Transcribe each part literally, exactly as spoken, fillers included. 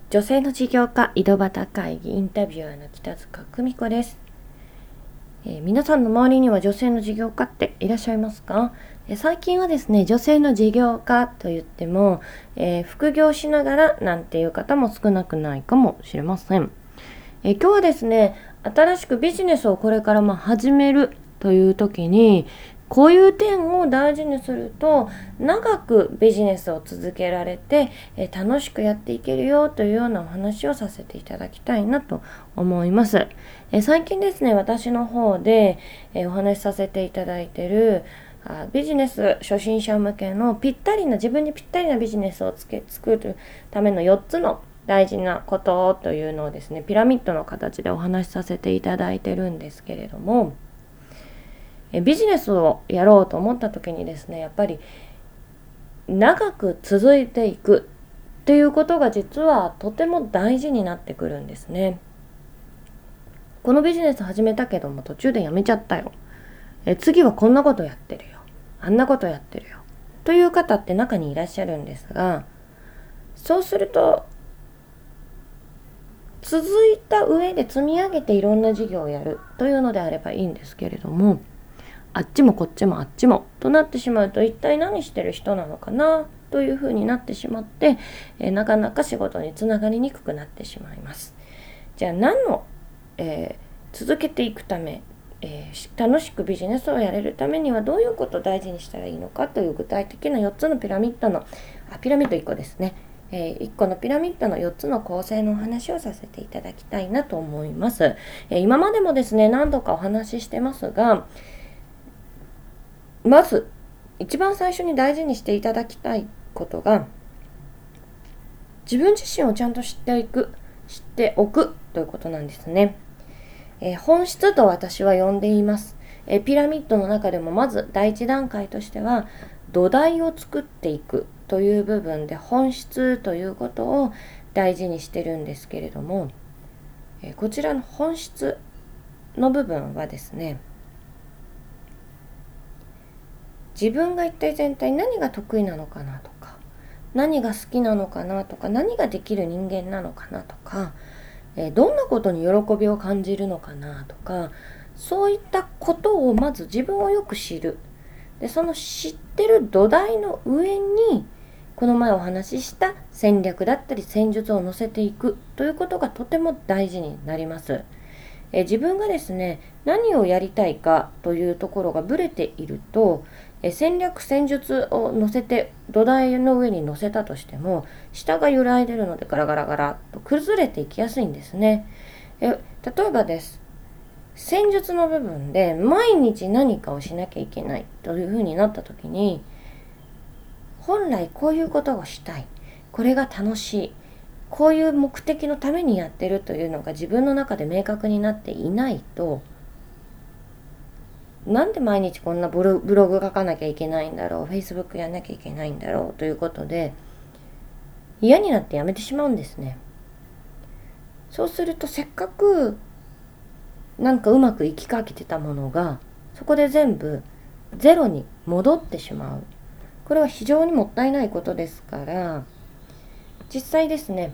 女性の事業家井戸端会議インタビュアーの北塚久美子です、えー、皆さんの周りには女性の事業家っていらっしゃいますか？えー、最近はですね、女性の事業家と言っても、えー、副業しながらなんていう方も少なくないかもしれません。えー、今日はですね、新しくビジネスをこれからまあ始めるという時に、こういう点を大事にすると長くビジネスを続けられて、えー、楽しくやっていけるよというようなお話をさせていただきたいなと思います。えー、最近ですね、私の方で、えー、お話しさせていただいているあビジネス初心者向けのぴったりな自分にぴったりなビジネスをつけ作るためのよっつの大事なことというのをですね、ピラミッドの形でお話しさせていただいてるんですけれども、えビジネスをやろうと思った時にですね、やっぱり長く続いていくっていうことが実はとても大事になってくるんですね。このビジネス始めたけども途中でやめちゃったよ。え次はこんなことやってるよ。あんなことやってるよ。という方って中にいらっしゃるんですが、そうすると続いた上で積み上げていろんな事業をやるというのであればいいんですけれども、あっちもこっちもあっちもとなってしまうと、一体何してる人なのかなというふうになってしまって、えー、なかなか仕事につながりにくくなってしまいます。じゃあ何の、えー、続けていくため、えー、楽しくビジネスをやれるためにはどういうことを大事にしたらいいのかという具体的なよっつのピラミッドのあピラミッドいっこですね、えー、いっこのピラミッドのよっつの構成のお話をさせていただきたいなと思います。えー、今までもですね、何度かお話ししてますが、まず一番最初に大事にしていただきたいことが、自分自身をちゃんと知っていく知っておくということなんですね。えー、本質と私は呼んでいます。えー、ピラミッドの中でもまず第一段階としては土台を作っていくという部分で本質ということを大事にしてるんですけれども、えー、こちらの本質の部分はですね、自分が一体全体何が得意なのかなとか、何が好きなのかなとか、何ができる人間なのかなとか、えー、どんなことに喜びを感じるのかなとか、そういったことをまず自分をよく知る。で、その知ってる土台の上に、この前お話しした戦略だったり戦術を乗せていくということがとても大事になります。え自分がですね、何をやりたいかというところがブレていると、え戦略戦術を乗せて土台の上に乗せたとしても、下が揺らいでるのでガラガラガラと崩れていきやすいんですね。え例えばです。戦術の部分で毎日何かをしなきゃいけないというふうになった時に、本来こういうことをしたい、これが楽しい、こういう目的のためにやってるというのが自分の中で明確になっていないと、なんで毎日こんなブロ、ブログ書かなきゃいけないんだろう、Facebook やんなきゃいけないんだろうということで嫌になってやめてしまうんですね。そうするとせっかくなんかうまくいきかけてたものがそこで全部ゼロに戻ってしまう。これは非常にもったいないことですから、実際ですね、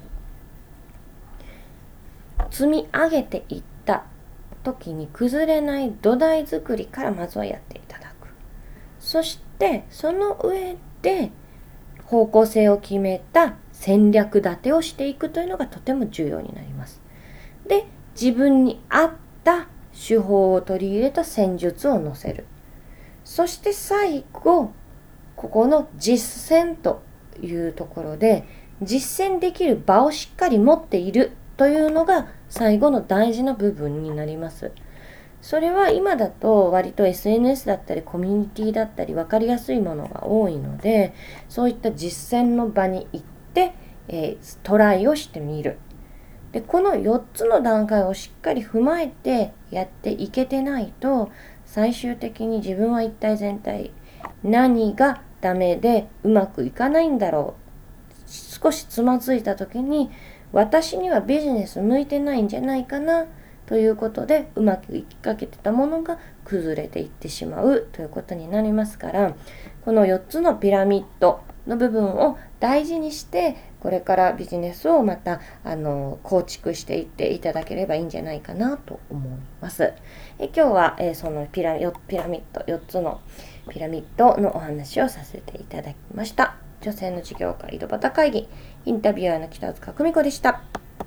積み上げていった時に崩れない土台作りからまずはやっていただく。そしてその上で方向性を決めた戦略立てをしていくというのがとても重要になります。で、自分に合った手法を取り入れた戦術を載せる。そして最後、ここの実践というところで、実践できる場をしっかり持っているというのが最後の大事な部分になります。それは今だと割と エスエヌエス だったりコミュニティだったり分かりやすいものが多いので、そういった実践の場に行って、えー、トライをしてみる。で、このよっつの段階をしっかり踏まえてやっていけてないと、最終的に自分は一体全体何がダメでうまくいかないんだろう、少しつまずいた時に私にはビジネス向いてないんじゃないかなということで、うまくいきかけてたものが崩れていってしまうということになりますから、このよっつのピラミッドの部分を大事にして、これからビジネスをまたあの構築していっていただければいいんじゃないかなと思います。え今日は、えー、そのピラ、ピラミッドよっつのピラミッドのお話をさせていただきました。女性の事業家井戸端会議インタビュアーの北塚久美子でした。